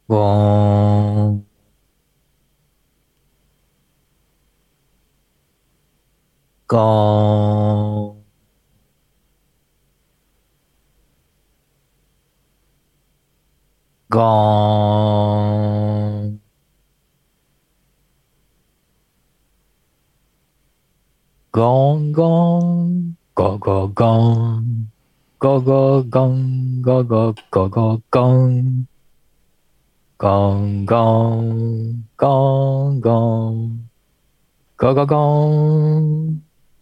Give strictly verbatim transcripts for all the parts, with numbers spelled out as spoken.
ゴーン、ゴーン、ゴーン、ゴーン、ゴーン、ゴゴゴーン、ゴゴゴン、ゴゴゴゴゴン、ゴンゴン、ゴンゴン、ゴゴゴン、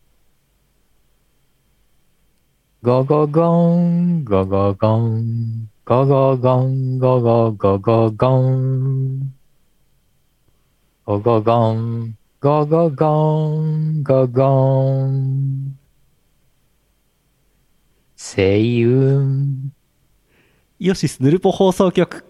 ゴゴゴン、ゴゴゴン、ゴゴゴン、ゴゴゴゴゴン、ゴゴゴン、ゴゴゴン、ゴゴン、星雲。 イオシスヌルポ放送局。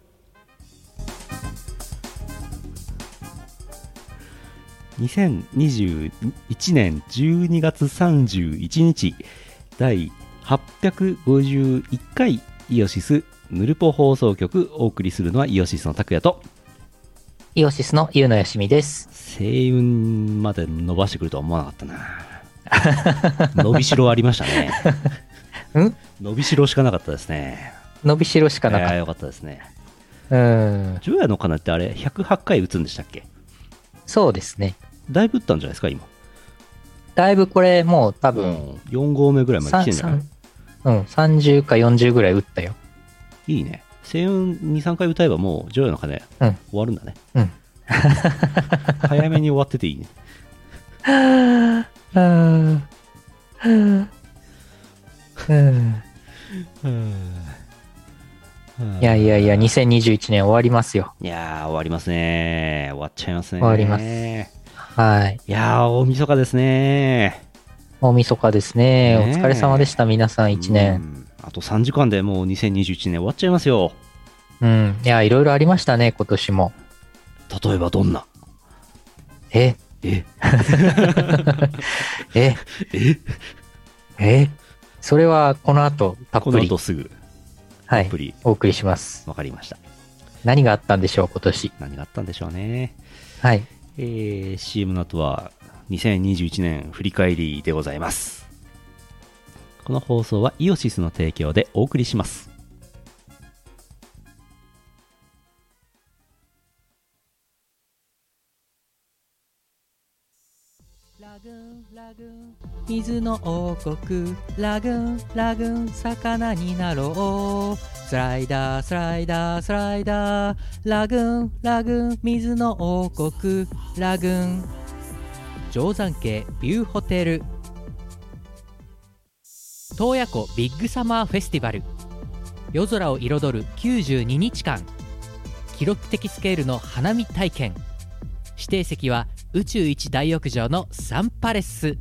にせんにじゅういちねんじゅうにがつさんじゅういちにちだいはっぴゃくごじゅういっかいイオシスヌルポ放送局。お送りするのはイオシスの拓也と、 イオシスのゆうのよしみです。 星雲まで伸ばしてくるとは思わなかったな。伸びしろありましたね。 ん伸びしろしかなかったですね。 伸びしろしかなかっいやーよかったですね。 た。うん。 ジョヤの鐘ってあれひゃくはちかい打つんでしたっけ？ そうですね。 だいぶ打ったんじゃないですか今。 だいぶこれもう多う分、 ん、よん号目ぐらいまで来てんじゃない？ うん、さんじゅうかよんじゅうぐらい打ったよ。 いいね。星雲に、さんかい歌えばもうジョヤの鐘うん終わるんだね。 うん。 早めに終わってていいね。 うんうんいやいやいや、にせんにじゅういちねん終わりますよ。 いやー終わりますね。終わっちゃいますね。 終わります。はい。 いやー大晦日ですね。 大晦日ですね。おねえ疲れ様でした、皆さんいちね。 うんんあとさんじかんでもうにせんにじゅういちねん終わっちゃいますよ。 うん。いや、いろいろありましたね、今年も。 例えばどんな？ え、 ええ、 ええ、それはこの後、たっこぷり、 の後すぐはいたっぷりお送りします。 わかりました。 何があったんでしょう、今年。 何があったんでしょうね。 はい。 えー、シーエム の後はにせんにじゅういちねん振り返りでございます。この放送はイオシスの提供でお送りします。 ラグーンラグーン水の王国ラグーンラグーン魚になろうスライダースライダースライダーラグーンラグーン水の王国ラグーン定山渓ビューホテル洞爺湖ビッグサマーフェスティバル夜空を彩るきゅうじゅうににちかん記録的スケールの花見体験指定席は宇宙一大浴場のサンパレス。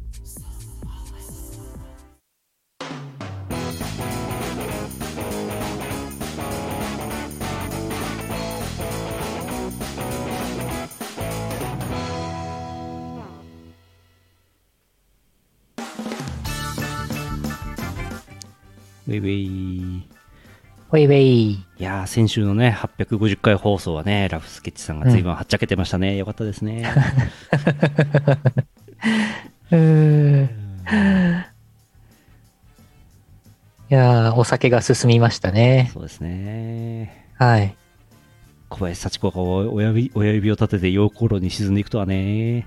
ウェイウェイ。 ウェイウェイ。 いやー先週のねはっぴゃくごじゅっかい放送はねラフスケッチさんが随分はっちゃけてましたね。よかったですね。 うーんいやー、お酒が進みましたね。 そうですね。 はい。 小林幸子が親指親指を立てて陽光炉に沈んでいくとはね。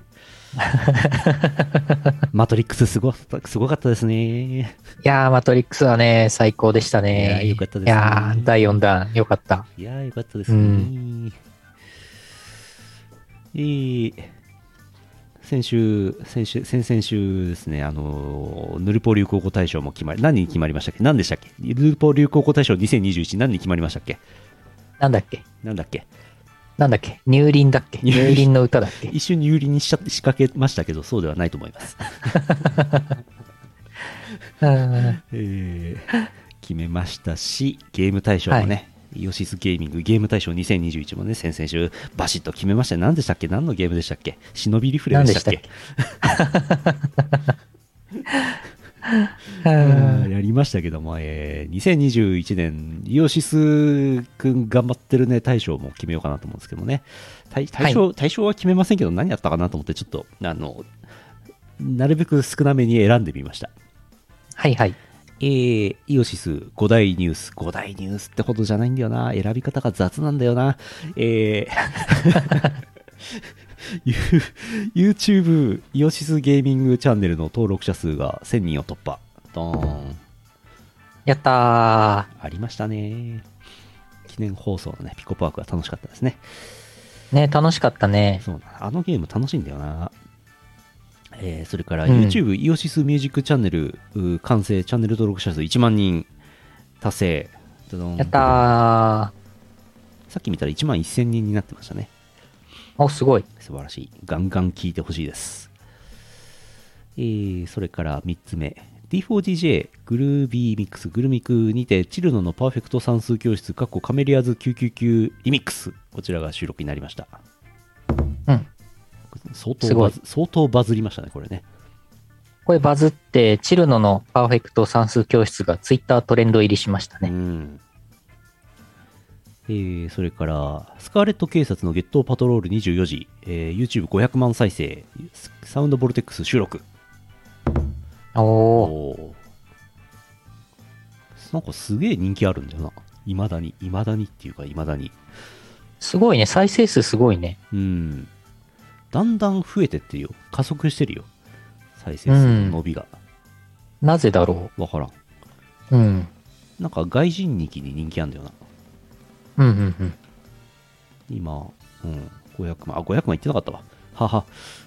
マトリックスすごすごかったですね。 いやー、マトリックスはね、最高でしたね。 いやーよかったですねいやー、だいよんだん、よかった。 いやーよかったですね。えー、先週、先週、先々週ですね、あのー、ヌルポ流行語大賞も決まり、何に決まりましたっけ？何でしたっけ？ヌルポ流行語大賞にせんにじゅういち、何に決まりましたっけ？ なんだっけなんだっけ？ なんだっけ乳輪だっけ乳輪乳輪の歌だっけ一瞬有利にしちゃって仕掛けましたけど、そうではないと思います。 うんえー決めましたし、ゲーム大賞もね、イオシスゲーミングゲーム大賞にせんにじゅういちもね、先々週バシッと決めました。何でしたっけ？何のゲームでしたっけ？忍びリフレでしたっけ？ うんやりましたけども、えー、にせんにじゅういちねんイオシスくん頑張ってるね大賞も決めようかなと思うんですけどもね、大大賞、はい、大賞は決めませんけど何やったかなと思ってちょっとあのなるべく少なめに選んでみました。 はいはい。 えー、イオシスご大ニュース、ご大ニュースってほどじゃないんだよな、選び方が雑なんだよな。えー、YouTube イオシスゲーミングチャンネルの登録者数がせんにんを突破。ドーン。 やったー。 ありましたね。記念放送のね、ピコパークが楽しかったですね。 ね、楽しかったね。 そうな、あのゲーム楽しいんだよな。えー、それから YouTube イオシスミュージックチャンネル完成、チャンネル登録者数いちまんにん達成。 やったー。 さっき見たらいちまんせんにんになってましたね。 お、すごい。 素晴らしい。ガンガン聞いてほしいです。えー、それからみっつめ ディーフォーディージェー グルービーミックスグルミクにてチルノのパーフェクト算数教室カメリアーズきゅうきゅうきゅうリミックス、こちらが収録になりました。 うん相当バズ相当バズりましたねこれね。 これバズってチルノのパーフェクト算数教室がツイッタートレンド入りしましたね。 うん、えー、それからスカーレット警察のゲットパトロールにじゅうよじ、えー、YouTubeごひゃくまん再生、サウンドボルテックス収録。 おお。 なんかすげえ人気あるんだよな。いまだにいまだにっていうかいまだにすごいね。再生数すごいね。 うん。だんだん増えてってるよ。加速してるよ。再生数の伸びが。 うん、なぜだろう。わからん。 うん。 なんか外人にきに人気あるんだよな。 うんうんうん。 今、うん、ごひゃくまん、あ、ごひゃくまんいってなかったわ。はは。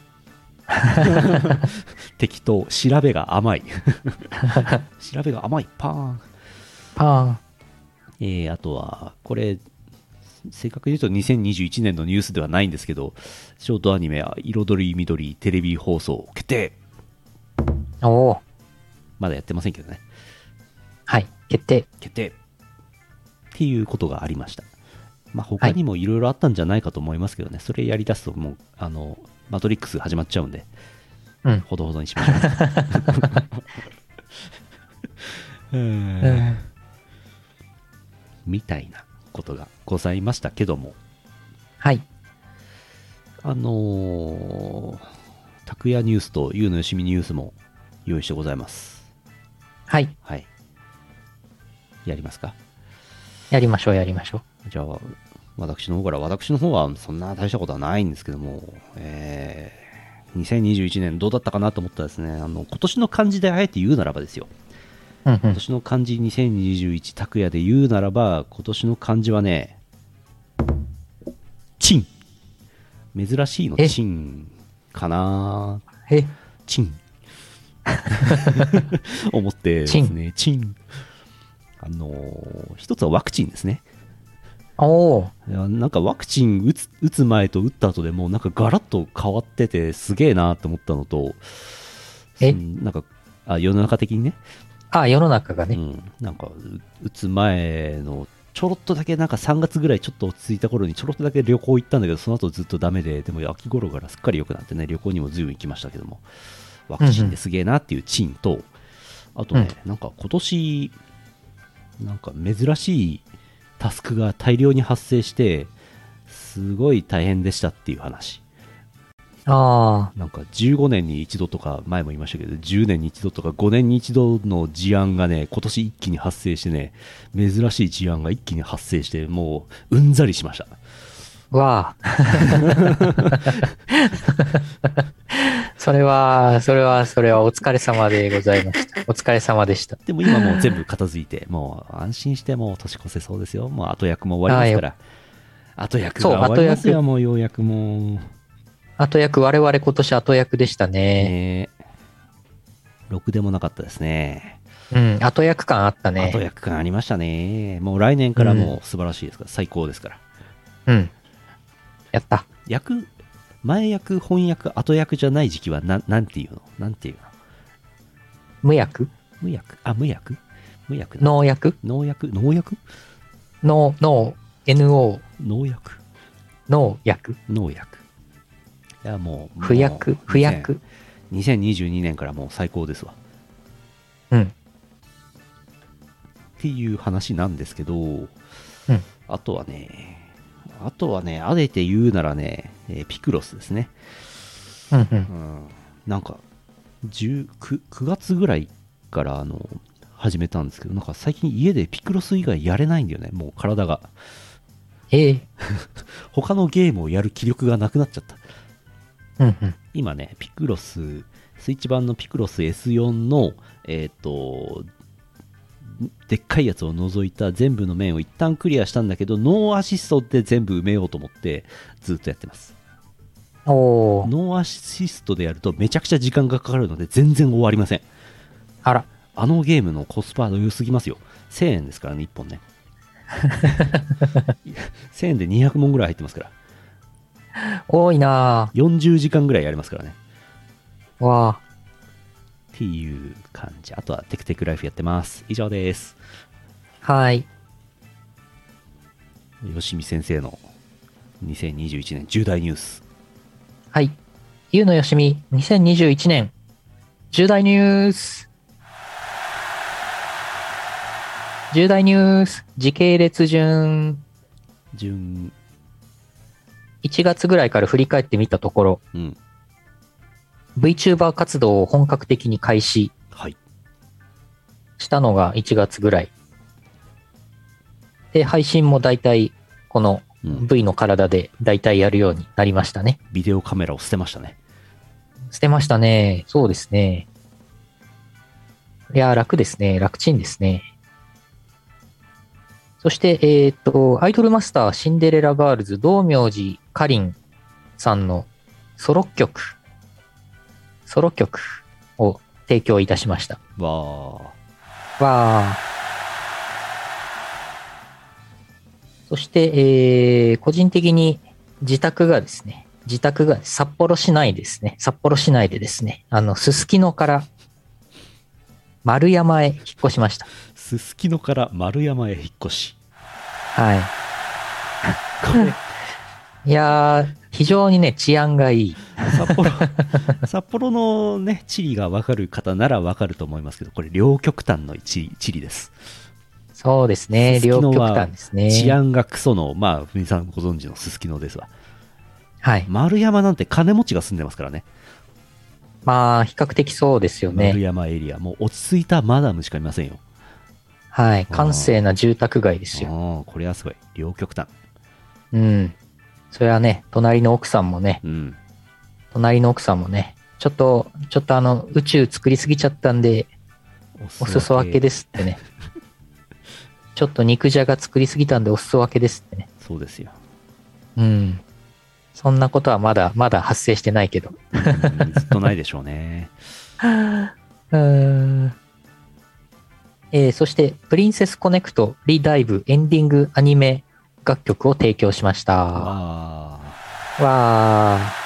適当。調べが甘い。調べが甘い。パーン。 パーン。 えー、あとは、これ、正確に言うとにせんにじゅういちねんのニュースではないんですけど、ショートアニメは彩り緑テレビ放送決定。 おお。 まだやってませんけどね。 はい、決定。 決定。っていうことがありました。まあ他にもいろいろあったんじゃないかと思いますけどね、はい、それやりだすともう、あの、マトリックス始まっちゃうんで、 うん、 ほどほどにしましょう。うんみたいなことがございましたけども、 はい。 あのー、拓也ニュースとゆうのよしみニュースも用意してございます。 はい。 はい。やりますか？ やりましょう、やりましょう。じゃあ、私の方から、私の方はそんな大したことはないんですけども、えー、にせんにじゅういちねんどうだったかなと思ったらですね、あの、今年の漢字であえて言うならばですよ。 うんうん、 今年の漢字にせんにじゅういち拓也で言うならば、今年の漢字はね、チン。珍しいのチンかな。 えチン。思ってですね、チン。あのー、一つはワクチンですね。 おー。 いやなんかワクチン打つ、打つ前と打った後でもうなんかガラッと変わっててすげえなと思ったのと、 えなんかあ世の中的にね、 あ世の中がね、 うん、なんか打つ前のちょろっとだけなんかさんがつぐらいちょっと落ち着いた頃にちょろっとだけ旅行行ったんだけど、その後ずっとダメで、でも秋頃からすっかり良くなってね、旅行にも随分行きましたけども、ワクチンですげえなっていうチンと、うんうん、あとね、うん、なんか今年なんか珍しいタスクが大量に発生してすごい大変でしたっていう話。 ああ。 なんかじゅうごねんに一度とか前も言いましたけど、じゅうねんに一度とかごねんに一度の事案がね、今年一気に発生してね、珍しい事案が一気に発生して、もううんざりしました。 わあ。それは、それは、それはお疲れ様でございました。お疲れ様でした。 でも今もう全部片付いて、もう安心してもう年越せそうですよ。もう後役も終わりますから。後役が終わりますよ、もうようやくもう。 後役、我々今年後役でしたね。 ねろくでもなかったですね。 うん、後役感あったね。 後役感ありましたね。もう来年からもう素晴らしいですから、うん、最高ですから。 うん。やった。 役、前役、翻訳、後役じゃない時期はな、なんていうのなんていうの無役無役あ、無役無役農薬農薬農薬農、農、エヌオー。 農薬農薬農薬。いやもう、 不薬不薬。 にせんにじゅうにねんからもう最高ですわ。 うん。 っていう話なんですけど、うん、あとはね、あとはね、あえて言うならね、えーピクロスですね。 うんうん。 うん、なんかじゅうく、くがつぐらいからあの始めたんですけど、なんか最近家でピクロス以外やれないんだよね、もう体が。 ええ。 他のゲームをやる気力がなくなっちゃった。 うんうん。 今ね、ピクロス、スイッチ版のピクロス エスフォー の、えっと、でっかいやつを除いた全部の面を一旦クリアしたんだけど、ノーアシストで全部埋めようと思ってずっとやってます。 おー。 ノーアシストでやるとめちゃくちゃ時間がかかるので全然終わりません。 あら。 あのゲームのコスパ良すぎますよ。せんえんですからね、いっぽんね。せんえんでにひゃくもんぐらい入ってますから。 多いなよんじゅうじかんぐらいやりますからね。 ぁ。わあ。 っていう感じ。あとはテクテクライフやってます。以上です。 はい。 吉見先生のにせんにじゅういちねん重大ニュース。 はい。ゆうのよしみ、にせんにじゅういちねん、重大ニュース。重大ニュース、時系列順。 順。 いちがつぐらいから振り返ってみたところ、 うん。 VTuber 活動を本格的に開始はい。 したのがいちがつぐらい。で、配信も大体このうん、 V の体で大体やるようになりましたね。 ビデオカメラを捨てましたね。 捨てましたね。そうですね。いやー、楽ですね。楽ちんですね。そして、えっと、アイドルマスターシンデレラガールズ道明寺かりんさんのソロ曲、ソロ曲を提供いたしました。 わー。 わー。そして、えー、個人的に自宅がですね、自宅が札幌市内ですね、札幌市内でですね、あの、すすきのから丸山へ引っ越しました。 すすきのから丸山へ引っ越し。 はい。 これ、 いやー、非常にね、治安がいい。 札幌、札幌のね、地理がわかる方ならわかると思いますけど、これ両極端の地理、地理です。 そうですね、両極端ですね。 治安がクソの、まあ、ふみさんご存知のすすきのですわ。 はい。 丸山なんて金持ちが住んでますからね。 まあ、比較的そうですよね。 丸山エリア。もう落ち着いたマダムしかいませんよ。 はい。閑静な住宅街ですよ。 ああ、これはすごい。両極端。 うん。それはね、隣の奥さんもね、 うん。 隣の奥さんもね、ちょっと、ちょっとあの、宇宙作りすぎちゃったんで、お裾分けですってね。ちょっと肉じゃが作りすぎたんでお裾分けですってね。 そうですよ。 うん。そんなことはまだ、まだ発生してないけど。 うん、ずっとないでしょうね。 うーん。えー、そして、プリンセスコネクトリダイブエンディングアニメ楽曲を提供しました。 わわー。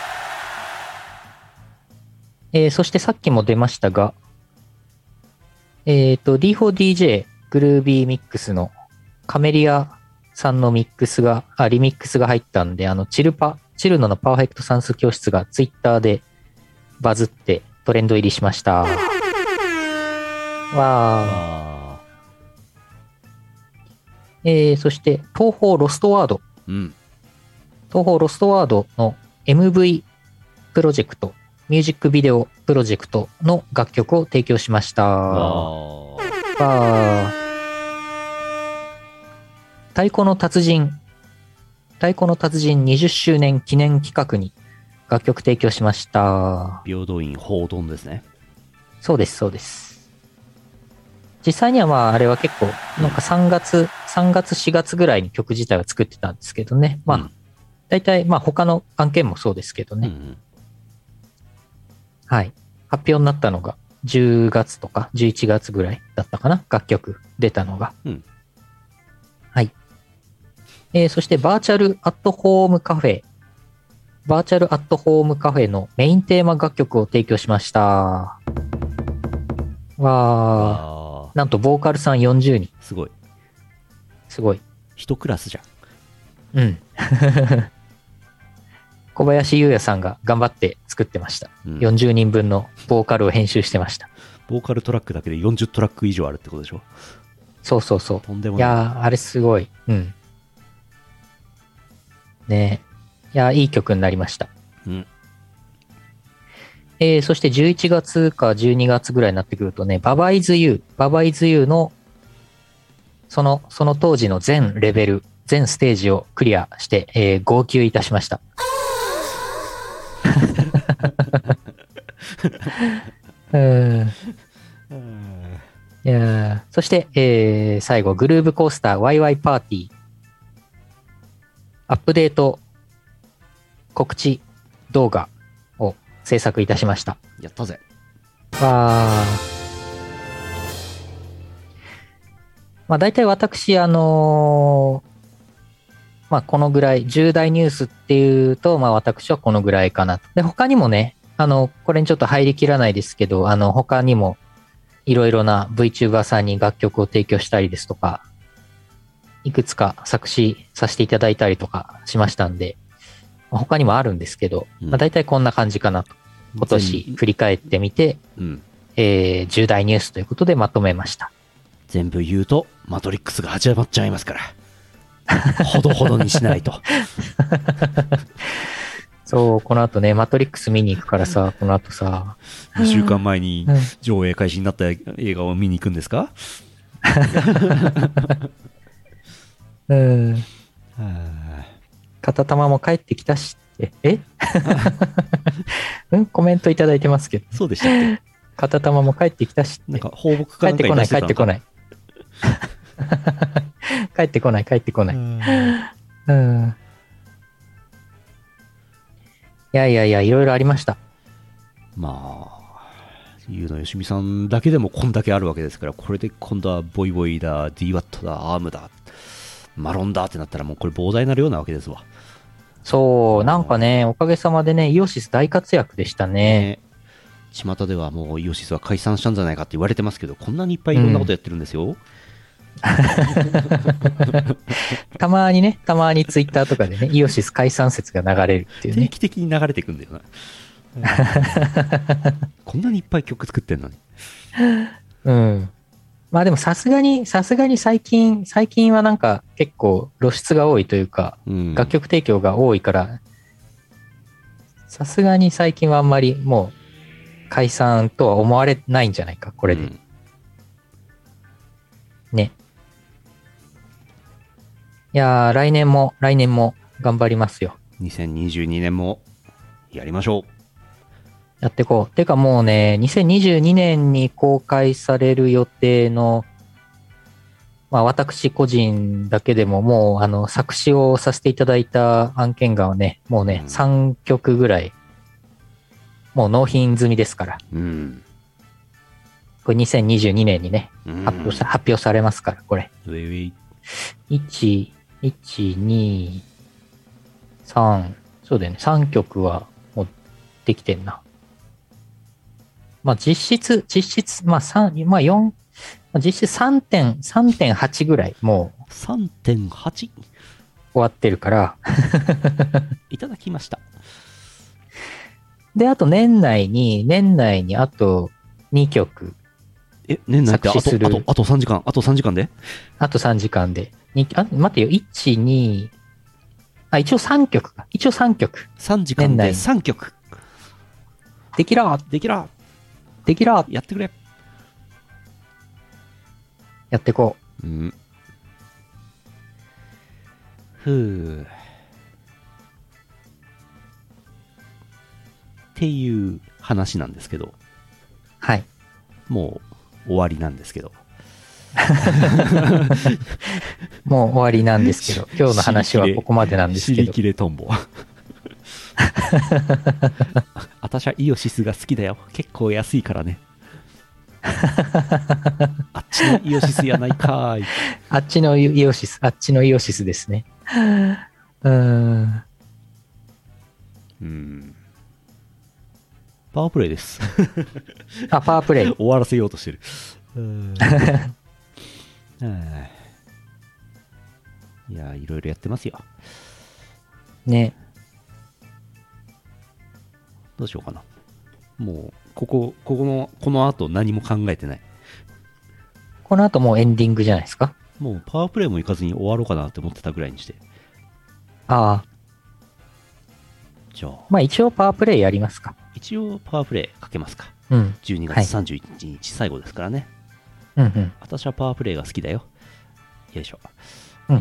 えー、そしてさっきも出ましたが、えっと、ディーフォーディージェー グルービーミックスのカメリアさんのミックスが、あ、リミックスが入ったんで、あの、チルパ、チルノのパーフェクト算数教室がツイッターでバズってトレンド入りしました。わー。 あ。 えー、そして、東方ロストワード。 うん。 東方ロストワードの エムブイ プロジェクト、ミュージックビデオプロジェクトの楽曲を提供しました。わー。太鼓の達人、太鼓の達人にじゅっしゅうねん記念企画に楽曲提供しました。 平等院報道ですね。 そうです、そうです。実際にはまあ、あれは結構、なんかさんがつ、さんがつ、しがつぐらいに曲自体は作ってたんですけどね。まあ、うん、大体、まあ他の案件もそうですけどね。うんうん、はい。発表になったのがじゅうがつとかじゅういちがつぐらいだったかな、楽曲出たのが。うん、はい。えー、そしてバーチャルアットホームカフェ、バーチャルアットホームカフェのメインテーマ楽曲を提供しました。わー。なんとボーカルさんよんじゅうにん。 すごい。 すごい。 一クラスじゃん。うん。小林優也さんが頑張って作ってました。うん、よんじゅうにんぶんのボーカルを編集してました。 ボーカルトラックだけでよんじゅうトラック以上あるってことでしょ。 そうそうそう。 とんでもない。 いやー、あれすごい。うん。ねいやー、いい曲になりました。 うん。 えー、そしてじゅういちがつかじゅうにがつぐらいになってくるとね、ババイズユー、ババイズユーの、その、その当時の全レベル、全ステージをクリアして、えー、号泣いたしました。うーん。いやーそして、えー、最後、グルーブコースターワイワイパーティー、アップデート告知動画を制作いたしました。 やったぜ。 わー。まあ大体私、あのーまあこのぐらい、重大ニュースっていうと、まあ私はこのぐらいかなと。で、他にもね、あの、これにちょっと入りきらないですけど、あの、他にもいろいろな VTuber さんに楽曲を提供したりですとか、いくつか作詞させていただいたりとかしましたんで、他にもあるんですけど、 うんまあ、大体こんな感じかなと。今年振り返ってみて、 うん。 えー、重大ニュースということでまとめました。 全部言うと、マトリックスが始まっちゃいますから。ほどほどにしないと。 そう、この後ね、マトリックス見に行くからさ、この後さ。 にしゅうかんまえにうん上映開始になった映画を見に行くんですか？ うん。 は片玉も帰ってきたしって。えうんコメントいただいてますけど。 あ、そうでしたっけ？ 片玉も帰ってきたしって。 なんか放牧かなんか帰ってこない、帰ってこい。 ない。帰ってこない、帰ってこない。 うんうん。いやいやいや、いろいろありました。 まあ、ゆうのよしみさんだけでもこんだけあるわけですから、これで今度はボイボイだ、ディーワットだ、アームだ、マロンだってなったらもうこれ膨大な量なわけですわ。 そう、なんかね、おかげさまでね、イオシス大活躍でしたね。 ね、巷ではもうイオシスは解散したんじゃないかって言われてますけど、こんなにいっぱいいろんなことやってるんですよ。 たまにね、たまにツイッターとかでね、イオシス解散説が流れるっていうね。 定期的に流れていくんだよな。こんなにいっぱい曲作ってんのに。 うん。まあでもさすがに、さすがに最近、最近はなんか結構露出が多いというか、 うん、 楽曲提供が多いから、さすがに最近はあんまりもう解散とは思われないんじゃないか、これで。 うん、 ね。いやー、来年も、来年も頑張りますよ。 にせんにじゅうにねんもやりましょう。 やってこう。てかもうね、にせんにじゅうにねんに公開される予定の、まあ私個人だけでももうあの作詞をさせていただいた案件がね、もうね、 うんさんきょくぐらい、もう納品済みですから。 うん。 これにせんにじゅうにねんにね、 うん発表さ、発表されますから、これ。 ウェイウェイ。 いち、いち、に、さん、そうだよね、さんきょくはもうできてんな。まあ実質、実質、まあさん、まあよん、まあ実質さんてん、さんてんはちぐらいもうさんてんはち終わってるから。 いただきました。 で、あと年内に、年内にあとにきょく、 え、年内ってあと、 作詞するあと、あとさんじかん、あとさんじかんであとさんじかんで、にあ、待ってよ、いち、に、あ、一応さんきょくか。一応さんきょく。 さんじかんで年内にさんきょく。 できらーできらできらーやってくれ。 やってこう。 うん。ふう。っていう話なんですけど、 はい。 もう終わりなんですけど。 もう終わりなんですけど、今日の話はここまでなんですけど。 尻切れトンボ。私はイオシスが好きだよ。結構安いからね。あっちのイオシスやないかーい。 あっちのイオシス、あっちのイオシスですね。うーん。 うん。パワープレイです。 あ、パワープレイ。 終わらせようとしてる。うーんはあいや、いろいろやってますよ。 ね。 どうしようかな。もうここ、ここの、この後何も考えてない。 この後もうエンディングじゃないですか。 もうパワープレイも行かずに終わろうかなって思ってたぐらいにして。 ああ。 じゃあ。 まあ一応パワープレイやりますか。 一応パワープレイかけますか。 うん。 じゅうにがつさんじゅういちにち最後ですからね。 うんうん。 私はパワープレイが好きだよ。よいしょ。 うん。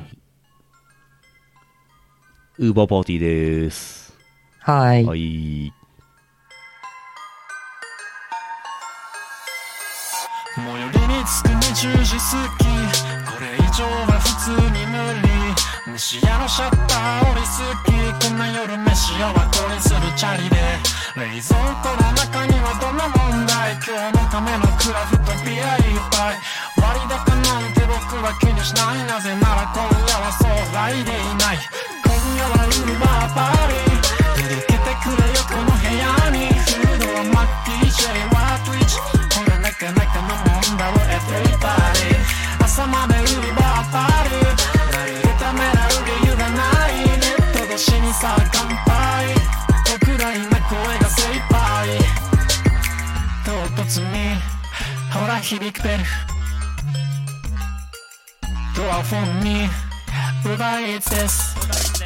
ウーバーパーティーでーす。 はーい。 はい。 最寄りに着くにじゅうじ過ぎ、これ以上は普通に無理。西屋のシャッター降りすぎ、こんな夜飯をはこりするチャリで、冷蔵庫の中にはどんな問題、今日のためのクラフトビアいっぱい、割高なんて僕は気にしない、なぜなら今夜はそう来でいない。今夜はウルバーパーリー、届けてくれよこの部屋に。フードはマッキー J は Twitch、これなかなかのもんだろ Everybody、 朝までウルバーパーリー、何でためらう理由がない。ネット越しにさあ乾杯、僕ら今声が精一杯、唐突にほら響くベル、ドアフォンに奪いつです。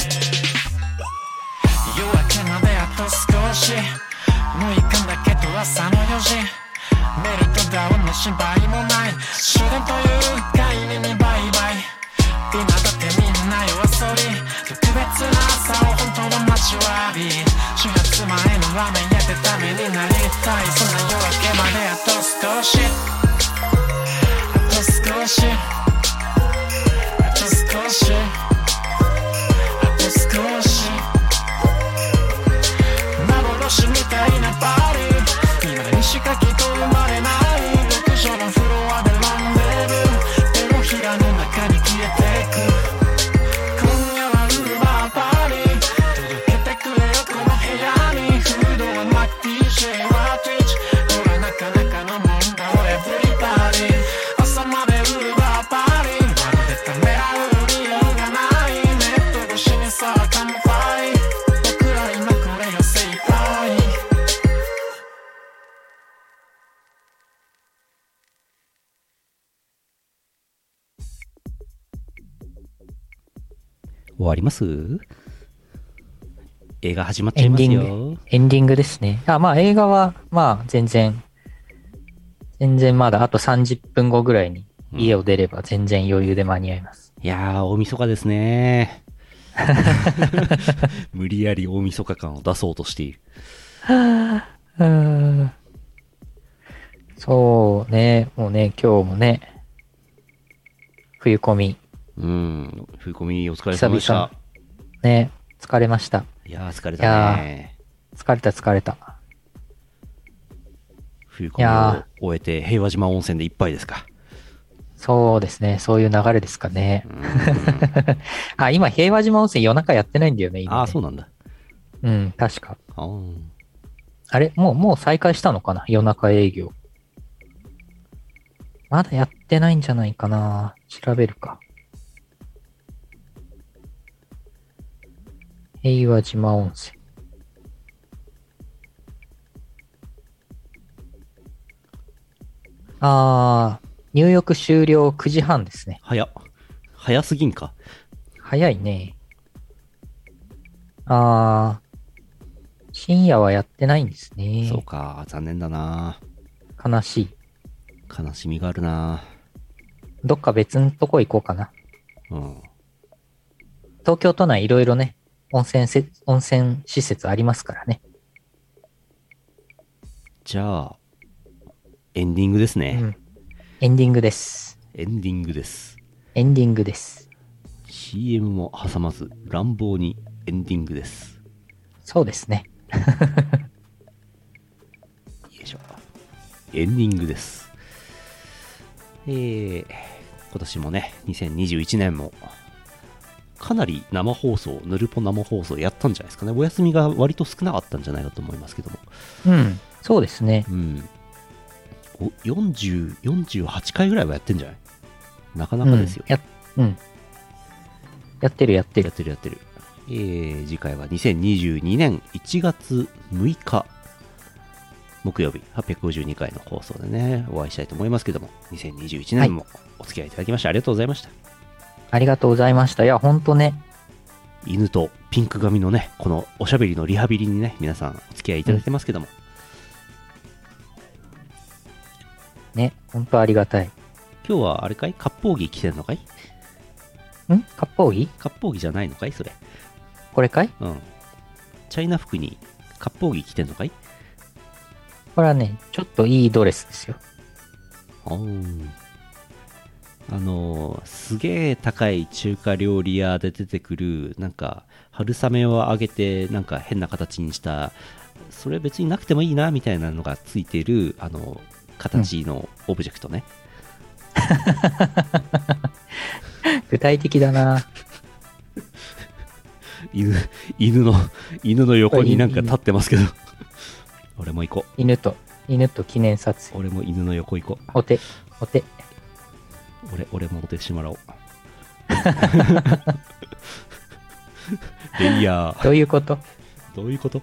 夜明けまであと少し、もう行くんだけど朝のよじ、メルトダウンの心配もない、終電という概念にバイバイ、今だってみんな夜遊び、特別な朝を本当の待ちわび、始発前のラーメン屋でためになりたい、そんな夜明けまであと少し、あと少し、あと少し、あと少し、幻みたいなパーリー、今にしか聞こえまれない、ろく畳のフロアでランデブー、手のひらの中に消えてく、今夜はウーバーパーリー、届けてくれよこの部屋に。フードはマッキー J は Twitch、 これなかなかのもんだろ Everybody、 朝までウーバーパーリー、まるでためらう理由がない。ネット越しにさあ乾杯、僕ら今これが精一杯。 終わります？映画始まっちゃいますよ。 エンディング、エンディングですね。あ、まあ映画は、まあ全然、全然まだあとさんじゅっぷんごぐらいに家を出れば全然余裕で間に合います。 うん、いやー、大晦日ですね。無理やり大晦日感を出そうとしている。 うーん、そうね、もうね、今日もね、冬込み。 うん、冬込みお疲れ様でした。 ね、疲れました。 いやー、疲れたね。 疲れた疲れた。 冬込みを終えて平和島温泉で一杯ですか。 そうですね、そういう流れですかね。あ、今平和島温泉夜中やってないんだよね、今ね。 ああ、そうなんだ。 うん、確か。 ああれ、もう、もう再開したのかな、夜中営業。まだやってないんじゃないかな。調べるか。平和島温泉。あー、入浴終了くじはんですね。 早っ。早すぎんか。 早いね。あー、深夜はやってないんですね。 そうか、残念だな。 悲しい。 悲しみがあるな。 どっか別のとこ行こうかな。 うん。 東京都内いろいろね、温泉せ、温泉施設ありますからね。 じゃあ、エンディングですね。 うん。エンディングです。 エンディングです。 エンディングです。 シーエム も挟まず、乱暴にエンディングです。 そうですね。 よいしょ。エンディングです。えー、今年もね、にせんにじゅういちねんも、かなり生放送、ヌルポ生放送やったんじゃないですかね。お休みが割と少なかったんじゃないかと思いますけども。 うん、そうですね。 うん。およんじゅう、よんじゅうはちかいぐらいはやってんじゃない？なかなかですよ。 うん、や、うん。やってるやってる。 やってるやってる。えー、次回はにせんにじゅうにねんいちがつむいか木曜日はっぴゃくごじゅうにかいの放送でねお会いしたいと思いますけども、にせんにじゅういちねんもお付き合いいただきましてありがとうございました。 ありがとうございました。いや、ほんとね。 犬とピンク髪のね、このおしゃべりのリハビリにね、皆さんお付き合いいただいてますけども。 うん、ね、ほんとありがたい。 今日はあれかい？割烹着着てんのかい？ ん？割烹着？ 割烹着じゃないのかいそれ。 これかい？ うん。チャイナ服に割烹着着てんのかい？ これはね、ちょっといいドレスですよ。 おー。あのー、すげえ高い中華料理屋で出てくる、なんか、春雨を揚げて、なんか変な形にした、それ別になくてもいいな、みたいなのがついてる、あの、形のオブジェクトね。 うん、具体的だな。 犬、犬の、犬の横になんか立ってますけど。俺も行こう。 犬と、犬と記念撮影。 俺も犬の横行こう。 お手、お手。 俺、俺もお手してもらおう。レイヤー。 どういうこと？ どういうこと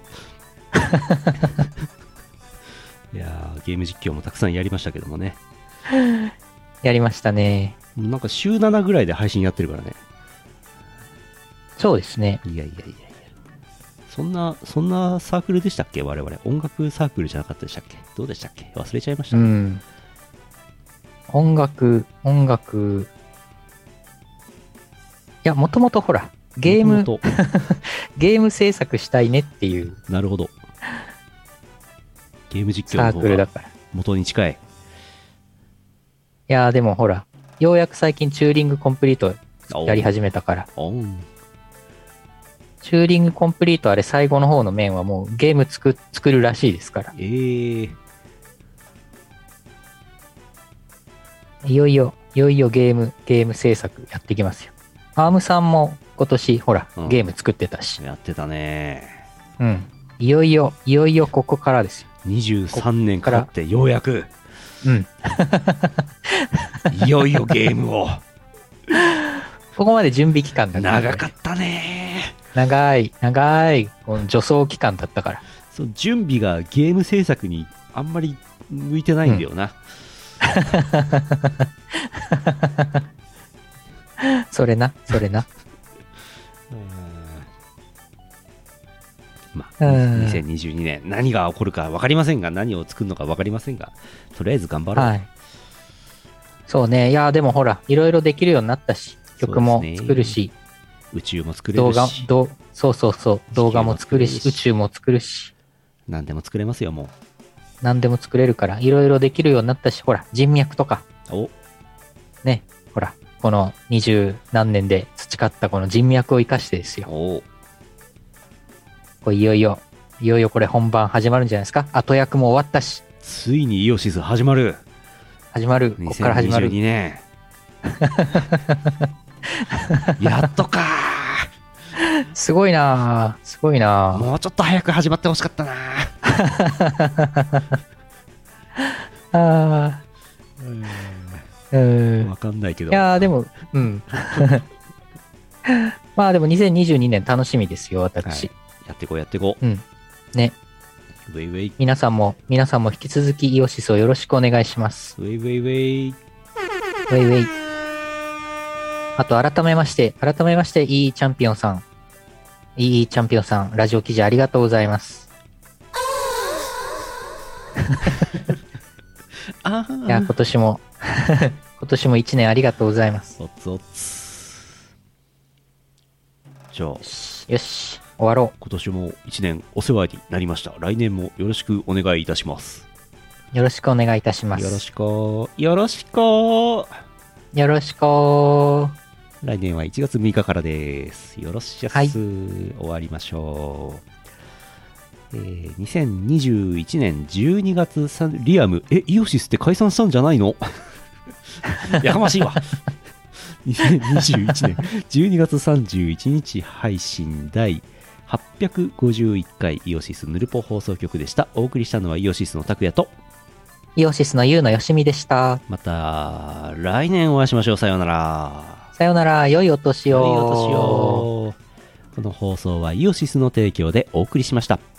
いやー、ゲーム実況もたくさんやりましたけどもね。 やりましたね。 なんか週ななぐらいで配信やってるからね。 そうですね。 いやいやいやいや。そんな、そんなサークルでしたっけ我々。音楽サークルじゃなかったでしたっけ？どうでしたっけ？忘れちゃいました。 うん。音楽、音楽。いや、もともとほら、ゲーム、 元々 ゲーム制作したいねっていう。 なるほど。ゲーム実況サの方がークルだから。い元に近い。 やーでもほら、ようやく最近チューリングコンプリートやり始めたから。 おーチューリングコンプリートあれ最後の方の面はもうゲーム作作るらしいですから。 えー。 いよいよ、いよいよゲーム、ゲーム制作やってきますよ。アームさんも今年ほら、 うんゲーム作ってたし。 やってたね。 うん。いよいよ、いよいよここからですよ。 にじゅうさんねんかかってようやく、 うん。 いよいよゲームを。 ここまで準備期間だから。 長かったね。 長い、長い、この助走期間だったから。 そう、準備がゲーム制作にあんまり向いてないんだよな。 それな、それな。 まあ、にせんにじゅうにねん何が起こるか分かりませんが、何を作るのか分かりませんが、とりあえず頑張ろう。 はい。そうね。いや、でもほら、いろいろできるようになったし、曲も作るし、 宇宙も作れる動画、 し、 どうそうそうそう、動画も作るし、宇宙も作るし、 何でも作れますよ、も何でも作れるから、いろいろできるようになったし、ほら、人脈とか、 う。お、 ね、ほら、この二十何年で培ったこの人脈を生かしてですよ。 お、 こういよいよ、いよいよこれ本番始まるんじゃないですか。後役も終わったし、 ついにイオシス始まる。 始まる。こっから始まる。 にせんにじゅうにねん。やっとかー。 すごいなぁ。すごいなぁ。 もうちょっと早く始まってほしかったなあー。うん。 わかんないけど。 いやーでも、うん。まあでもにせんにじゅうにねん楽しみですよ、私。 はい、やっていこうやっていこう。 うん。ね。 ウェイウェイ。 皆さんも、皆さんも引き続きイオシスをよろしくお願いします。 ウェイウェイウェイ。 ウェイウェイ。あと改めまして、改めまして、いいチャンピオンさん。いいチャンピオンさん、ラジオ記事ありがとうございます。 あいや、今年も、今年も一年ありがとうございます。 おつおつ。じゃあ、 よし、よし終わろ今年も一年お世話になりました。来年もよろしくお願いいたします。 う。よろしくお願いいたします。 よろしく。よろしく。 よろしく。 来年はいちがつむいかからです。よろしゃす、はい、終わりましょう。えー、にせんにじゅういちねんじゅうにがつさん、リアム、え、イオシスって解散したんじゃないのやかましいわ。にせんにじゅういちねんじゅうにがつさんじゅういちにち配信第はっぴゃくごじゅういっかいイオシスヌルポ放送局でした。お送りしたのはイオシスの拓也とイオシスのユウのよしみでした。 また来年お会いしましょう。さようなら。 さようなら。良いお年を。 良いお年を。この放送はイオシスの提供でお送りしました。